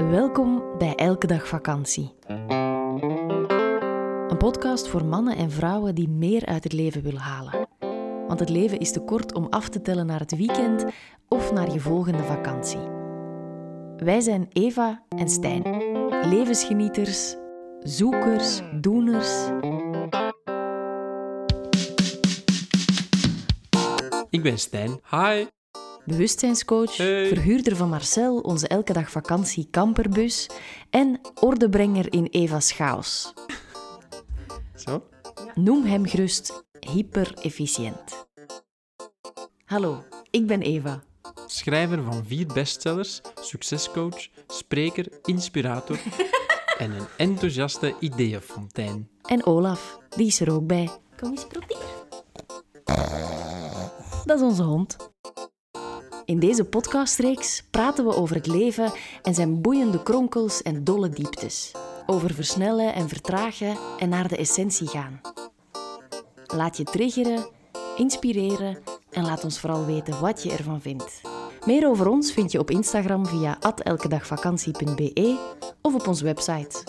Welkom bij Elke Dag Vakantie. Een podcast voor mannen en vrouwen die meer uit het leven willen halen. Want het leven is te kort om af te tellen naar het weekend of naar je volgende vakantie. Wij zijn Eva en Stijn. Levensgenieters, zoekers, doeners. Ik ben Stijn. Hi. Bewustzijnscoach, Hey. verhuurder van Marcel, onze Elke Dag Vakantie camperbus en ordebrenger in Eva's chaos. Zo? Noem hem gerust hyper-efficiënt. Hallo, ik ben Eva. Schrijver van 4 bestsellers, succescoach, spreker, inspirator en een enthousiaste ideeënfontein. En Olaf, die is er ook bij. Kom eens, probeer. Dat is onze hond. In deze podcastreeks praten we over het leven en zijn boeiende kronkels en dolle dieptes. Over versnellen en vertragen en naar de essentie gaan. Laat je triggeren, inspireren en laat ons vooral weten wat je ervan vindt. Meer over ons vind je op Instagram via @elkedagvakantie.be of op onze website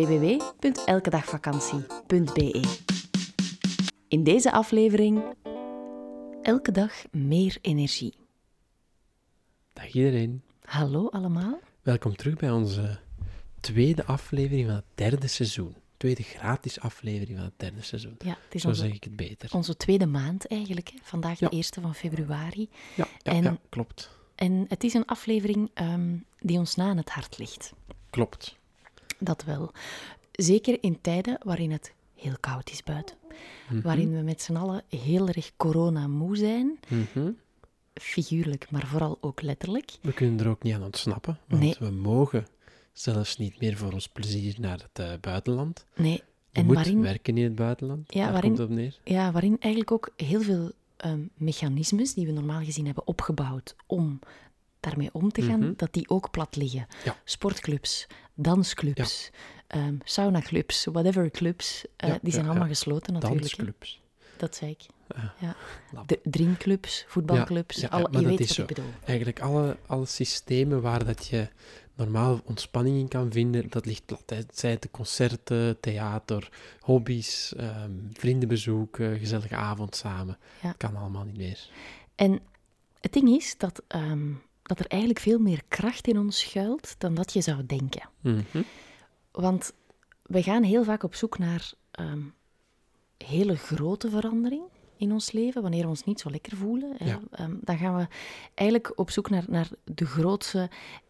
www.elkedagvakantie.be. In deze aflevering elke dag meer energie. Dag iedereen. Hallo allemaal. Welkom terug bij onze tweede aflevering van het derde seizoen. Tweede gratis aflevering van het derde seizoen. Ja, het is Zo zeg ik het beter. onze tweede maand eigenlijk. Hè. Vandaag Ja. de 1e van februari. Ja, en- klopt. En het is een aflevering die ons na aan het hart ligt. Klopt. Dat wel. Zeker in tijden waarin het heel koud is buiten. Waarin we met z'n allen heel erg corona-moe zijn. Mhm. Figuurlijk, maar vooral ook letterlijk. We kunnen er ook niet aan ontsnappen, want Nee. we mogen zelfs niet meer voor ons plezier naar het buitenland. Nee. Je En moet waarin, werken in het buitenland, Ja, daar waarin- komt het op neer. ja, waarin eigenlijk ook heel veel mechanismes die we normaal gezien hebben opgebouwd om daarmee om te gaan, dat die ook plat liggen. Ja. Sportclubs, dansclubs, saunaclubs, whatever clubs, die zijn allemaal gesloten natuurlijk. Hè. Dansclubs. Dat zei ik. Ja. lap. De drinkclubs, voetbalclubs, Ja, alle, maar je dat weet is wat ik zo. bedoel. Eigenlijk alle systemen waar dat je normaal ontspanning in kan vinden, dat ligt plat. Hè. Zij het de concerten, theater, hobby's, vriendenbezoek, gezellige avond samen. Ja. Kan allemaal niet meer. En het ding is dat er eigenlijk veel meer kracht in ons schuilt dan dat je zou denken. Mhm. Want we gaan heel vaak op zoek naar hele grote verandering in ons leven, wanneer we ons niet zo lekker voelen. Hè. Ja. Dan gaan we eigenlijk op zoek naar de grootste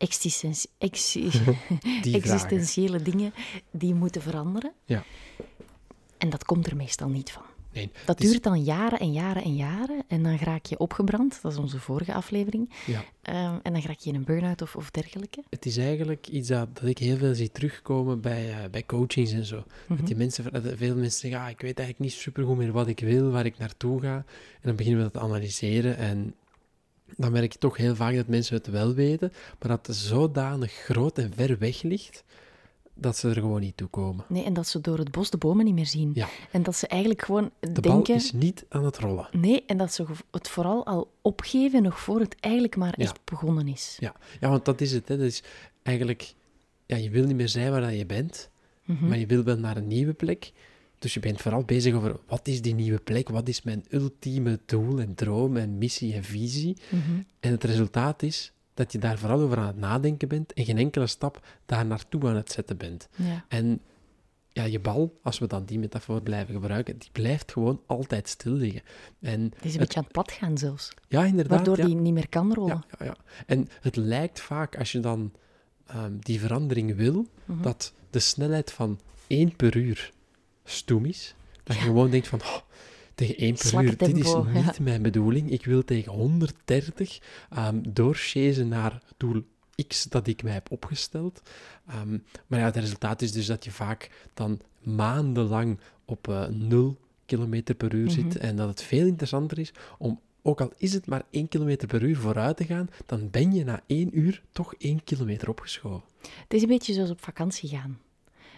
existentiële dingen die moeten veranderen. Ja. En dat komt er meestal niet van. Nee, Dat het is- duurt dan jaren en jaren en jaren en dan raak je opgebrand. Dat is onze vorige aflevering. Ja. En dan raak je in een burn-out of dergelijke. Het is eigenlijk iets dat ik heel veel zie terugkomen bij coachings en zo. Dat die mensen, veel mensen zeggen, ik weet eigenlijk niet supergoed meer wat ik wil, waar ik naartoe ga. En dan beginnen we dat te analyseren en dan merk je toch heel vaak dat mensen het wel weten, maar dat het zodanig groot en ver weg ligt, dat ze er gewoon niet toe komen. Nee, en dat ze door het bos de bomen niet meer zien. Ja. En dat ze eigenlijk gewoon De denken... bal is niet aan het rollen. Nee, en dat ze het vooral al opgeven nog voor het eigenlijk maar Ja. echt begonnen is. Ja, want dat is het. Hè. Dat is eigenlijk, je wil niet meer zijn waar dat je bent, maar je wil wel naar een nieuwe plek. Dus je bent vooral bezig over, wat is die nieuwe plek? Wat is mijn ultieme doel en droom en missie en visie? En het resultaat is dat je daar vooral over aan het nadenken bent en geen enkele stap daar naartoe aan het zetten bent. Ja. En je bal, als we dan die metafoor blijven gebruiken, die blijft gewoon altijd stil liggen. En Het is een beetje aan het plat gaan zelfs. ja, inderdaad. Waardoor ja. die niet meer kan rollen. Ja. En het lijkt vaak, als je dan die verandering wil, dat de snelheid van 1 per uur stoem is. Dat je gewoon denkt van, tegen 1 per uur, dit is Slaktempo, niet mijn bedoeling. Ik wil tegen 130 doorchasen naar het doel X dat ik mij heb opgesteld. Maar het resultaat is dus dat je vaak dan maandenlang op 0 kilometer per uur zit. En dat het veel interessanter is om, ook al is het maar 1 kilometer per uur vooruit te gaan, dan ben je na 1 uur toch 1 kilometer opgeschoven. Het is een beetje zoals op vakantie gaan.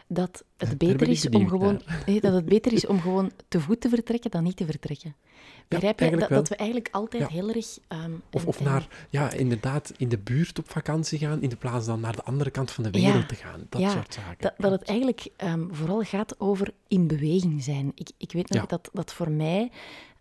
dat het beter is om gewoon te voet te vertrekken dan niet te vertrekken. Begrijp je? Dat we eigenlijk altijd heel erg... inderdaad, in de buurt op vakantie gaan, in de plaats dan naar de andere kant van de wereld te gaan. Dat soort zaken. Dat het eigenlijk vooral gaat over in beweging zijn. Ik weet nog dat voor mij...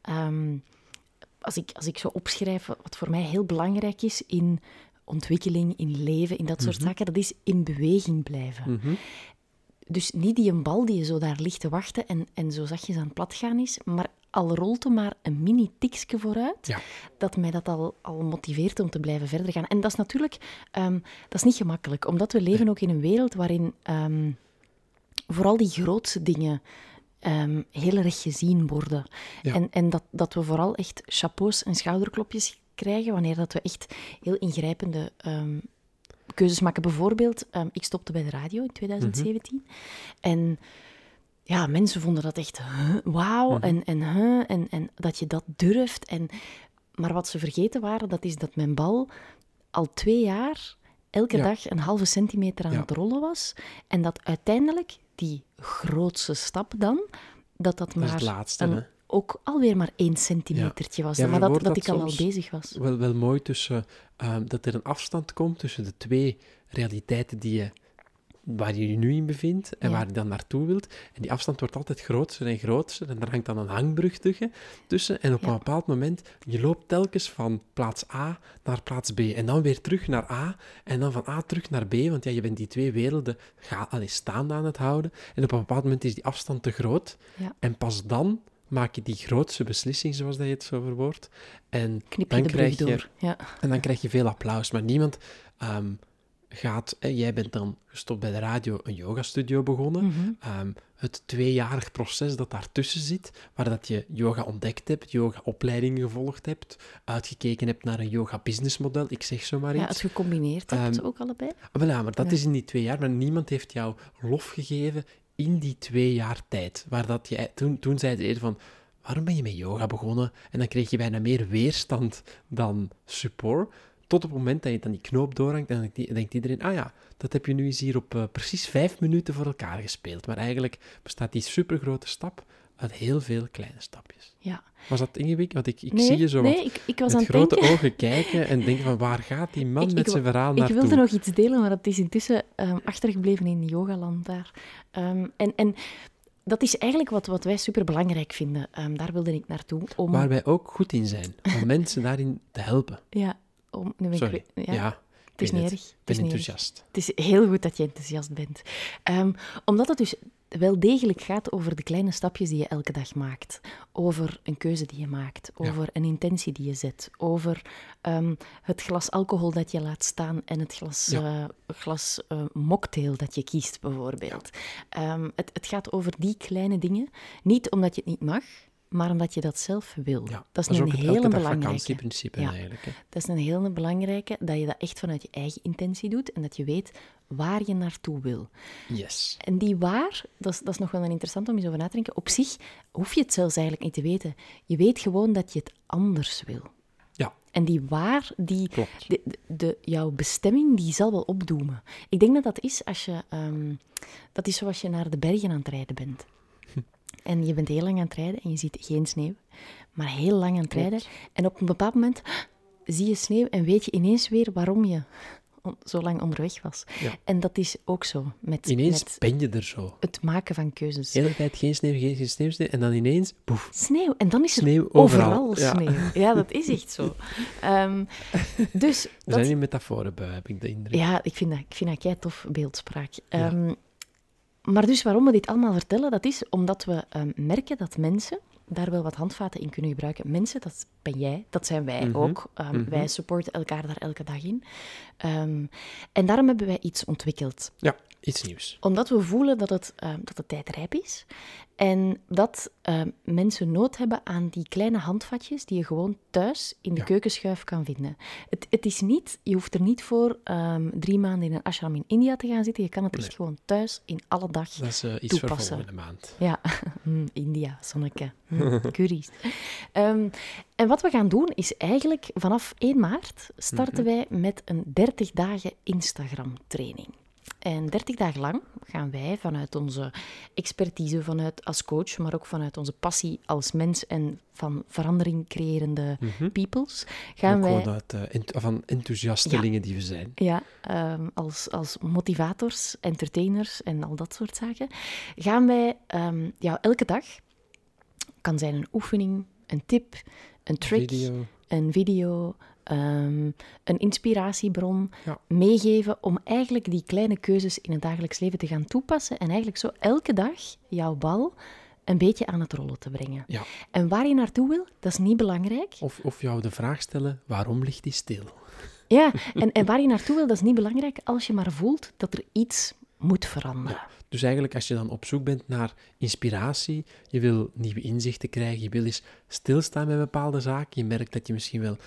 Als ik zo opschrijf wat voor mij heel belangrijk is in ontwikkeling, in leven, in dat soort zaken, dat is in beweging blijven. Mm-hmm. Dus niet die een bal die zo daar ligt te wachten en zo zachtjes aan het plat gaan is, maar al rolt er maar een mini-tikje vooruit, dat mij dat al motiveert om te blijven verder gaan. En dat is natuurlijk dat is niet gemakkelijk, omdat we leven ook in een wereld waarin vooral die grootste dingen heel erg gezien worden. Ja. En dat we vooral echt chapeaus en schouderklopjes krijgen wanneer dat we echt heel ingrijpende keuzes maken. Bijvoorbeeld, ik stopte bij de radio in 2017 en ja, mensen vonden dat echt wauw en dat je dat durft. Maar wat ze vergeten waren, dat is dat mijn bal al 2 jaar elke dag een halve centimeter aan het rollen was en dat uiteindelijk die grootste stap dan, dat maar het laatste, ook alweer maar 1 centimetertje was. Maar dat ik al bezig was. Wel mooi tussen dat er een afstand komt tussen de 2 realiteiten waar je je nu in bevindt en waar je dan naartoe wilt. En die afstand wordt altijd groter en groter en er hangt dan een hangbrug tussen. En op een bepaald moment, je loopt telkens van plaats A naar plaats B. En dan weer terug naar A en dan van A terug naar B. Want je bent die 2 werelden staande aan het houden. En op een bepaald moment is die afstand te groot. Ja. En pas dan maak je die grootste beslissing, zoals dat je het zo verwoordt. En dan krijg je veel applaus. Maar niemand... jij bent dan gestopt bij de radio, een yogastudio begonnen. Mm-hmm. Het 2-jarig proces dat daartussen zit, waar dat je yoga ontdekt hebt, yoga-opleidingen gevolgd hebt, uitgekeken hebt naar een yoga-businessmodel, ik zeg zo maar iets. Ja, het gecombineerd hebt ook allebei. Maar dat is in die 2 jaar, maar niemand heeft jou lof gegeven in die 2 jaar tijd. Waar dat je, toen zei je van, waarom ben je met yoga begonnen? En dan kreeg je bijna meer weerstand dan support. Tot op het moment dat je dan die knoop doorhangt en dan denkt iedereen, dat heb je nu eens hier op precies 5 minuten voor elkaar gespeeld. Maar eigenlijk bestaat die supergrote stap uit heel veel kleine stapjes. Ja. Was dat ingewikkeld? Want ik zie je zo ik was met grote denken. ogen kijken en denken van, waar gaat die man met zijn verhaal naartoe? Ik wilde nog iets delen, maar dat is intussen achtergebleven in yogaland daar. En dat is eigenlijk wat wij superbelangrijk vinden. Daar wilde ik naartoe. Waar wij ook goed in zijn, om mensen daarin te helpen. Ja. Sorry. Het is niet erg. Ik ben enthousiast. Het is heel goed dat je enthousiast bent. Omdat het dus wel degelijk gaat over de kleine stapjes die je elke dag maakt. Over een keuze die je maakt. Over een intentie die je zet. Over het glas alcohol dat je laat staan en het glas mocktail dat je kiest, bijvoorbeeld. Het gaat over die kleine dingen. Niet omdat je het niet mag, maar omdat je dat zelf wil. Ja, dat is een hele belangrijke. Vakantieprincipe eigenlijk. Hè? Dat is een hele belangrijke, dat je dat echt vanuit je eigen intentie doet en dat je weet waar je naartoe wil. Yes. En die waar, dat is nog wel een interessant om eens over na te denken. Op zich hoef je het zelfs eigenlijk niet te weten. Je weet gewoon dat je het anders wil. Ja. En die waar, jouw bestemming, die zal wel opdoemen. Ik denk dat is als je... dat is zoals je naar de bergen aan het rijden bent. En je bent heel lang aan het rijden en je ziet geen sneeuw, maar heel lang aan het rijden. En op een bepaald moment zie je sneeuw en weet je ineens weer waarom je zo lang onderweg was. Ja. En dat is ook zo. Ineens ben je er zo. Het maken van keuzes. De hele tijd geen sneeuw, en dan ineens, poef. Sneeuw, en dan is sneeuw er overal sneeuw. Ja, dat is echt zo. We zijn in metaforenbui, heb ik de indruk. Ja, ik vind dat kei tof beeldspraak. Maar dus waarom we dit allemaal vertellen, dat is omdat we merken dat mensen daar wel wat handvaten in kunnen gebruiken. Mensen, dat ben jij, dat zijn wij ook. Wij supporten elkaar daar elke dag in. En daarom hebben wij iets ontwikkeld. Ja, iets nieuws. Omdat we voelen dat het tijd rijp is. En dat mensen nood hebben aan die kleine handvatjes die je gewoon thuis in de keukenschuif kan vinden. Het is niet, je hoeft er niet voor 3 maanden in een ashram in India te gaan zitten. Je kan het echt gewoon thuis in alle dag toepassen. Dat is iets voor volgende maand. Ja, India, zonneke, curry's. En wat we gaan doen is eigenlijk vanaf 1 maart starten wij met een 30 dagen Instagram training. En 30 dagen lang gaan wij vanuit onze expertise, vanuit als coach, maar ook vanuit onze passie als mens en van verandering creërende peoples, gaan wij... Gewoon van enthousiastelingen die we zijn. Ja, als motivators, entertainers en al dat soort zaken, gaan wij jou elke dag, kan zijn een oefening, een tip, een trick, een video, een inspiratiebron meegeven om eigenlijk die kleine keuzes in het dagelijks leven te gaan toepassen en eigenlijk zo elke dag jouw bal een beetje aan het rollen te brengen. Ja. En waar je naartoe wil, dat is niet belangrijk. Of jou de vraag stellen, waarom ligt die stil? Ja, en waar je naartoe wil, dat is niet belangrijk als je maar voelt dat er iets moet veranderen. Ja. Dus eigenlijk als je dan op zoek bent naar inspiratie, je wil nieuwe inzichten krijgen, je wil eens stilstaan bij bepaalde zaken, je merkt dat je misschien wel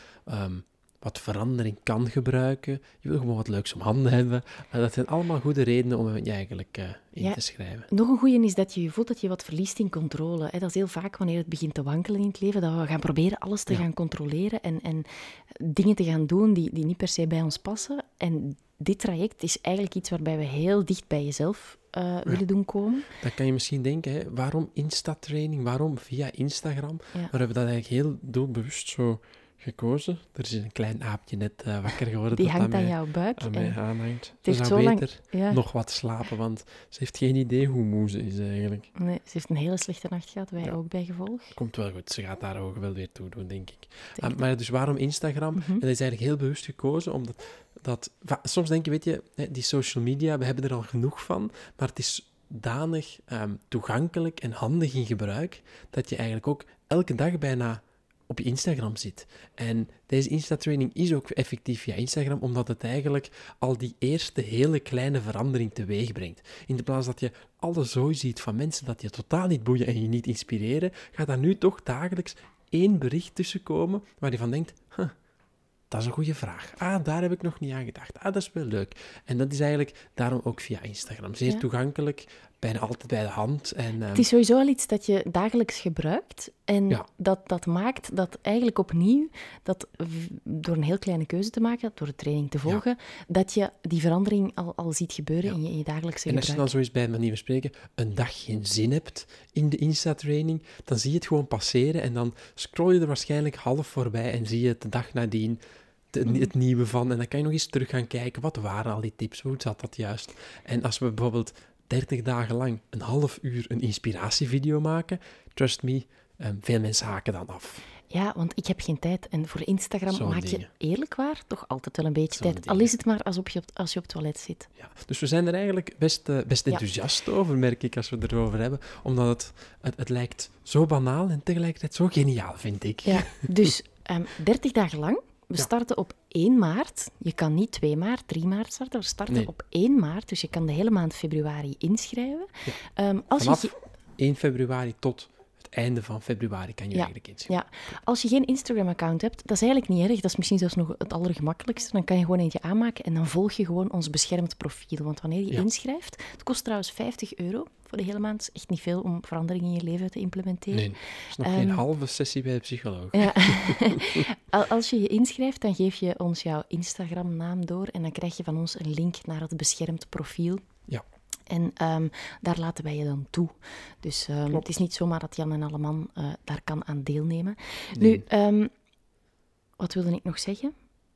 wat verandering kan gebruiken, je wil gewoon wat leuks om handen hebben. Dat zijn allemaal goede redenen om je eigenlijk in te schrijven. Nog een goeie is dat je voelt dat je wat verliest in controle. Dat is heel vaak wanneer het begint te wankelen in het leven, dat we gaan proberen alles te gaan controleren en dingen te gaan doen die niet per se bij ons passen. En dit traject is eigenlijk iets waarbij we heel dicht bij jezelf willen doen komen. Dan kan je misschien denken, hè, waarom Insta-training? Waarom via Instagram? Ja. Maar we hebben dat eigenlijk heel doelbewust zo gekozen. Er is een klein aapje net wakker geworden. Die dat hangt aan mij, jouw buik. Aan mij aanhangt. Ze Ze heeft zou zo beter lang nog wat slapen, want ze heeft geen idee hoe moe ze is eigenlijk. Nee, ze heeft een hele slechte nacht gehad, wij ook bij gevolg. Komt wel goed, ze gaat haar ogen wel weer toe doen, denk ik. Maar dus waarom Instagram? En dat is eigenlijk heel bewust gekozen, omdat soms denk je, weet je, die social media, we hebben er al genoeg van, maar het is danig toegankelijk en handig in gebruik, dat je eigenlijk ook elke dag bijna op je Instagram zit. En deze Insta-training is ook effectief via Instagram, omdat het eigenlijk al die eerste hele kleine verandering teweeg brengt. In de plaats dat je alle zooi ziet van mensen dat je totaal niet boeien en je niet inspireren, gaat daar nu toch dagelijks 1 bericht tussen komen waar je van denkt, dat is een goede vraag. Daar heb ik nog niet aan gedacht. Dat is wel leuk. En dat is eigenlijk daarom ook via Instagram. Zeer toegankelijk, bijna altijd bij de hand. En, het is sowieso al iets dat je dagelijks gebruikt. En dat maakt dat eigenlijk opnieuw, dat door een heel kleine keuze te maken, door de training te volgen, dat je die verandering al ziet gebeuren in je dagelijkse gebruik. En als je dan zo eens bij manier van spreken een dag geen zin hebt in de Insta-training, dan zie je het gewoon passeren en dan scroll je er waarschijnlijk half voorbij en zie je het de dag nadien het nieuwe van. En dan kan je nog eens terug gaan kijken, wat waren al die tips, hoe zat dat juist? En als we bijvoorbeeld 30 dagen lang een half uur een inspiratievideo maken, trust me, veel mensen haken dan af. Ja, want ik heb geen tijd. En voor Instagram maak je eerlijk waar toch altijd wel een beetje tijd. Dingen. Al is het maar als je op het toilet zit. Ja, dus we zijn er eigenlijk best enthousiast over, merk ik, als we het erover hebben. Omdat het lijkt zo banaal en tegelijkertijd zo geniaal, vind ik. Ja, dus 30 dagen lang. We starten op 1 maart. Je kan niet 2 maart, 3 maart starten. We starten op 1 maart, dus je kan de hele maand februari inschrijven. Ja. Vanaf 1 februari tot het einde van februari kan je eigenlijk inschrijven. Ja, als je geen Instagram-account hebt, dat is eigenlijk niet erg. Dat is misschien zelfs nog het allergemakkelijkste. Dan kan je gewoon eentje aanmaken en dan volg je gewoon ons beschermd profiel. Want wanneer je inschrijft, het kost trouwens €50 voor de hele maand. Dat is echt niet veel om verandering in je leven te implementeren. Nee, dat is nog geen halve sessie bij de psycholoog. Ja. Als je je inschrijft, dan geef je ons jouw Instagram-naam door en dan krijg je van ons een link naar het beschermd profiel. Ja. En daar laten wij je dan toe. Dus het is niet zomaar dat Jan en Alleman daar kan aan deelnemen. Nee. Nu, wat wilde ik nog zeggen?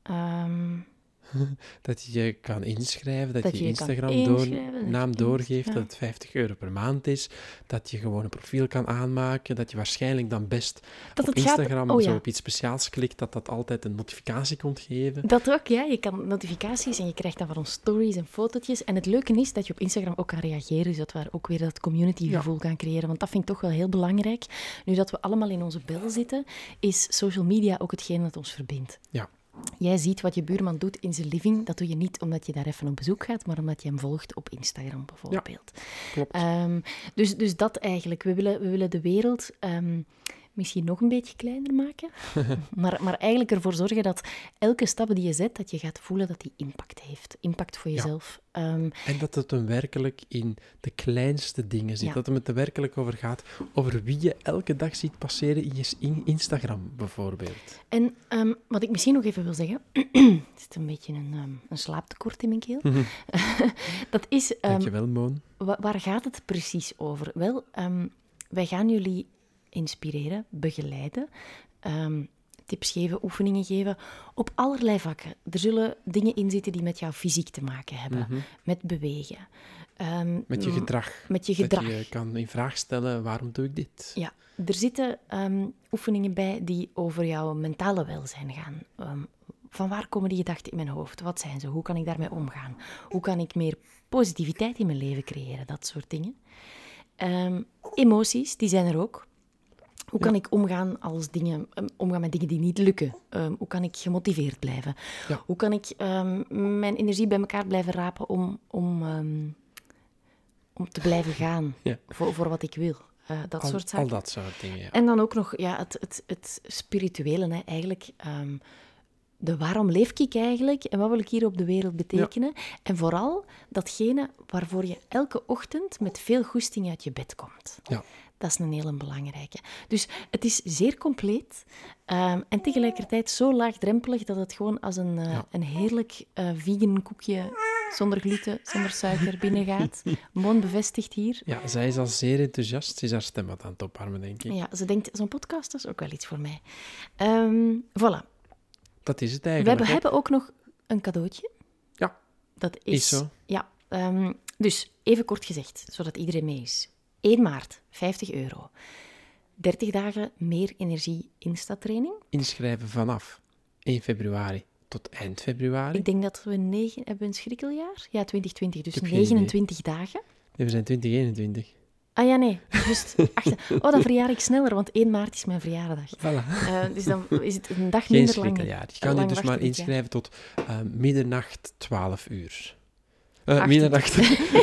Dat je je kan inschrijven, dat je Instagram-naam doorgeeft, dat het €50 per maand is, dat je gewoon een profiel kan aanmaken, dat je waarschijnlijk dan best op Instagram zo op iets speciaals klikt, dat altijd een notificatie komt geven. Dat ook, ja. Je kan notificaties en je krijgt dan van ons stories en fotootjes. En het leuke is dat je op Instagram ook kan reageren, dus dat we daar ook weer dat community-gevoel gaan creëren, want dat vind ik toch wel heel belangrijk. Nu dat we allemaal in onze bel zitten, is social media ook hetgeen dat ons verbindt. Ja. Jij ziet wat je buurman doet in zijn living. Dat doe je niet omdat je daar even op bezoek gaat, maar omdat je hem volgt op Instagram bijvoorbeeld. Ja, klopt. Dus dat eigenlijk. We willen de wereld misschien nog een beetje kleiner maken. maar eigenlijk ervoor zorgen dat elke stap die je zet, dat je gaat voelen dat die impact heeft. Impact voor jezelf. En dat het hem werkelijk in de kleinste dingen zit. Dat het er werkelijk over gaat, over wie je elke dag ziet passeren in je Instagram, bijvoorbeeld. En wat ik misschien nog even wil zeggen, er zit een beetje een slaaptekort in mijn keel. Dat is... Dankjewel, Moon. Waar gaat het precies over? Wel, wij gaan jullie inspireren, begeleiden, tips geven, oefeningen geven, op allerlei vakken. Er zullen dingen in zitten die met jouw fysiek te maken hebben, met bewegen. Met je gedrag. Met je gedrag. Dat je kan in vraag stellen, waarom doe ik dit? Ja, er zitten oefeningen bij die over jouw mentale welzijn gaan. Van waar komen die gedachten in mijn hoofd? Wat zijn ze? Hoe kan ik daarmee omgaan? Hoe kan ik meer positiviteit in mijn leven creëren? Dat soort dingen. Emoties, die zijn er ook. Hoe kan ik omgaan met dingen die niet lukken? Hoe kan ik gemotiveerd blijven? Ja. Hoe kan ik mijn energie bij elkaar blijven rapen om te blijven gaan voor wat ik wil? Dat soort zaken. Al dat soort dingen, ja. En dan ook nog het spirituele, hè, eigenlijk. De waarom leef ik eigenlijk en wat wil ik hier op de wereld betekenen? Ja. En vooral datgene waarvoor je elke ochtend met veel goesting uit je bed komt. Ja. Dat is een hele belangrijke. Dus het is zeer compleet en tegelijkertijd zo laagdrempelig dat het gewoon als een heerlijk vegan koekje zonder gluten, zonder suiker binnengaat. Moon bevestigt hier. Ja, zij is al zeer enthousiast. Ze is haar stem wat aan het opwarmen, denk ik. Ja, ze denkt, zo'n podcast is ook wel iets voor mij. Voilà. Dat is het eigenlijk. We hebben ook nog een cadeautje. Ja, dat is zo. Ja, dus even kort gezegd, zodat iedereen mee is. 1 maart, €50. 30 dagen meer energie Insta-training. Inschrijven vanaf 1 februari tot eind februari. Ik denk dat we hebben we een schrikkeljaar? Ja, 2020, dus 29 dagen. Nee, we zijn 2021. Ah ja, nee. Just dan verjaar ik sneller, want 1 maart is mijn verjaardag. Voilà. Dus dan is het een dag Geen minder lang. schrikkeljaar. Je kan je dus maar inschrijven tot middernacht 12 uur. 18. Middernacht.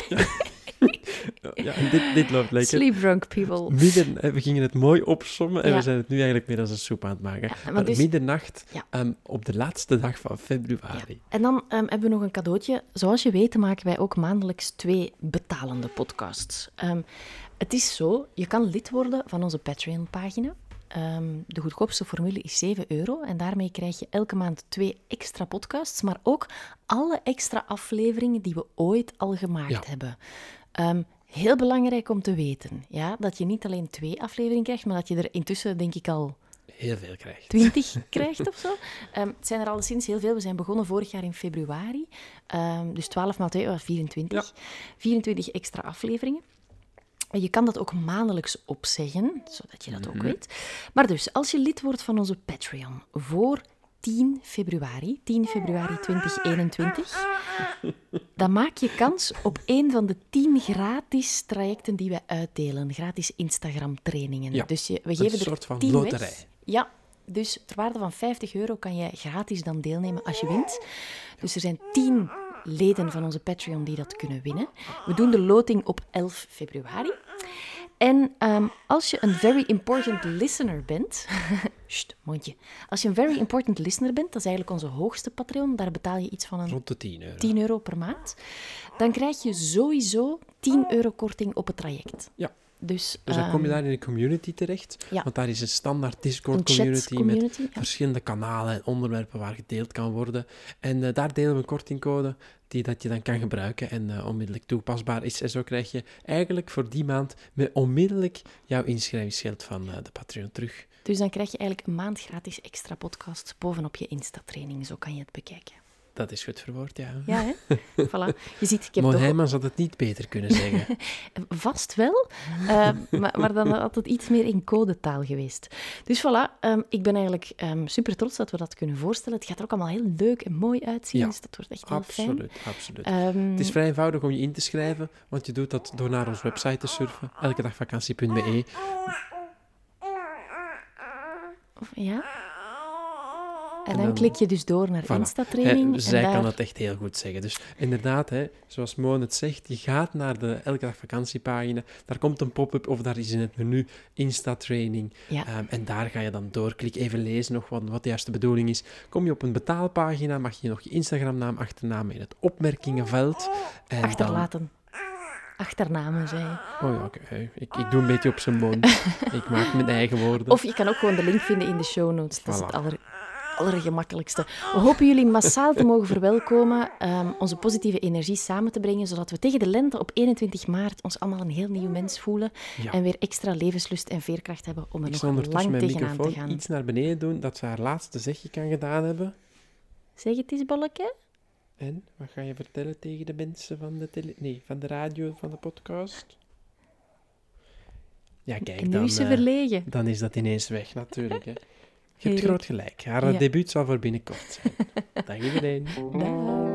Ja, dit loopt lekker. Sleep drunk people. We gingen het mooi opsommen en we zijn het nu eigenlijk meer als een soep aan het maken. Ja, maar dus, middernacht op de laatste dag van februari. Ja. En dan hebben we nog een cadeautje. Zoals je weet maken wij ook maandelijks 2 betalende podcasts. Het is zo, je kan lid worden van onze Patreon-pagina. De goedkoopste formule is €7 en daarmee krijg je elke maand 2 extra podcasts, maar ook alle extra afleveringen die we ooit al gemaakt hebben. Heel belangrijk om te weten, dat je niet alleen 2 afleveringen krijgt, maar dat je er intussen, denk ik, al heel veel krijgt. 20 krijgt of zo. Het zijn er alleszins heel veel. We zijn begonnen vorig jaar in februari. Dus 12 maal 2 was 24. Ja. 24 extra afleveringen. Je kan dat ook maandelijks opzeggen, zodat je dat ook weet. Maar dus, als je lid wordt van onze Patreon voor 10 februari 2021, dan maak je kans op een van de 10 gratis trajecten die wij uitdelen. Gratis Instagram-trainingen. Ja, dus we geven er een soort van 10 loterij. weg. Ja, dus ter waarde van €50 kan je gratis dan deelnemen als je wint. Dus er zijn 10 leden van onze Patreon die dat kunnen winnen. We doen de loting op 11 februari. En als je een very important listener bent... Sst, mondje. Als je een very important listener bent, dat is eigenlijk onze hoogste Patreon, daar betaal je iets van rond de €10. €10 per maand. Dan krijg je sowieso €10 korting op het traject. Ja. Dus dan kom je daar in een community terecht, want daar is een standaard Discord-community met verschillende kanalen en onderwerpen waar gedeeld kan worden. En daar delen we een kortingcode dat je dan kan gebruiken en onmiddellijk toepasbaar is. En zo krijg je eigenlijk voor die maand onmiddellijk jouw inschrijvingsgeld van de Patreon terug. Dus dan krijg je eigenlijk een maand gratis extra podcast bovenop je Insta-training. Zo kan je het bekijken. Dat is goed verwoord, ja. Ja, hè? Voilà. Je ziet, ik heb Mon Heijmans had het niet beter kunnen zeggen. Vast wel, maar dan had het iets meer in codetaal geweest. Dus voilà, ik ben eigenlijk super trots dat we dat kunnen voorstellen. Het gaat er ook allemaal heel leuk en mooi uitzien, dus dat wordt echt heel fijn. Absoluut. Het is vrij eenvoudig om je in te schrijven, want je doet dat door naar onze website te surfen, elkedagvakantie.be. Ja? En dan klik je dus door naar Voilà. Insta-training. Zij en kan het echt heel goed zeggen. Dus inderdaad, zoals Moon het zegt, je gaat naar de Elke Dag Vakantiepagina, daar komt een pop-up of daar is in het menu Insta-training. Ja. En daar ga je dan doorklikken, even lezen nog wat de juiste bedoeling is. Kom je op een betaalpagina, mag je nog je Instagram-naam achternaam in het opmerkingenveld. En achterlaten. Achternamen, zei je. Oh ja, oké. Ik doe een beetje op zijn mond. Ik maak mijn eigen woorden. Of je kan ook gewoon de link vinden in de show notes. Dat is Voilà. het allergemakkelijkste. We hopen jullie massaal te mogen verwelkomen, onze positieve energie samen te brengen, zodat we tegen de lente op 21 maart ons allemaal een heel nieuw mens voelen en weer extra levenslust en veerkracht hebben om er nog lang tegenaan te microfoon gaan. iets naar beneden doen, dat ze haar laatste zegje kan gedaan hebben. Zeg het eens, bolleke. En, wat ga je vertellen tegen de mensen van de radio, van de podcast? Ja, kijk, En nu is ze verlegen. Dan is dat ineens weg, natuurlijk. Hè. Je hebt Heerlijk. groot gelijk. Haar debuut zal voor binnenkort zijn. Dag iedereen. Dag.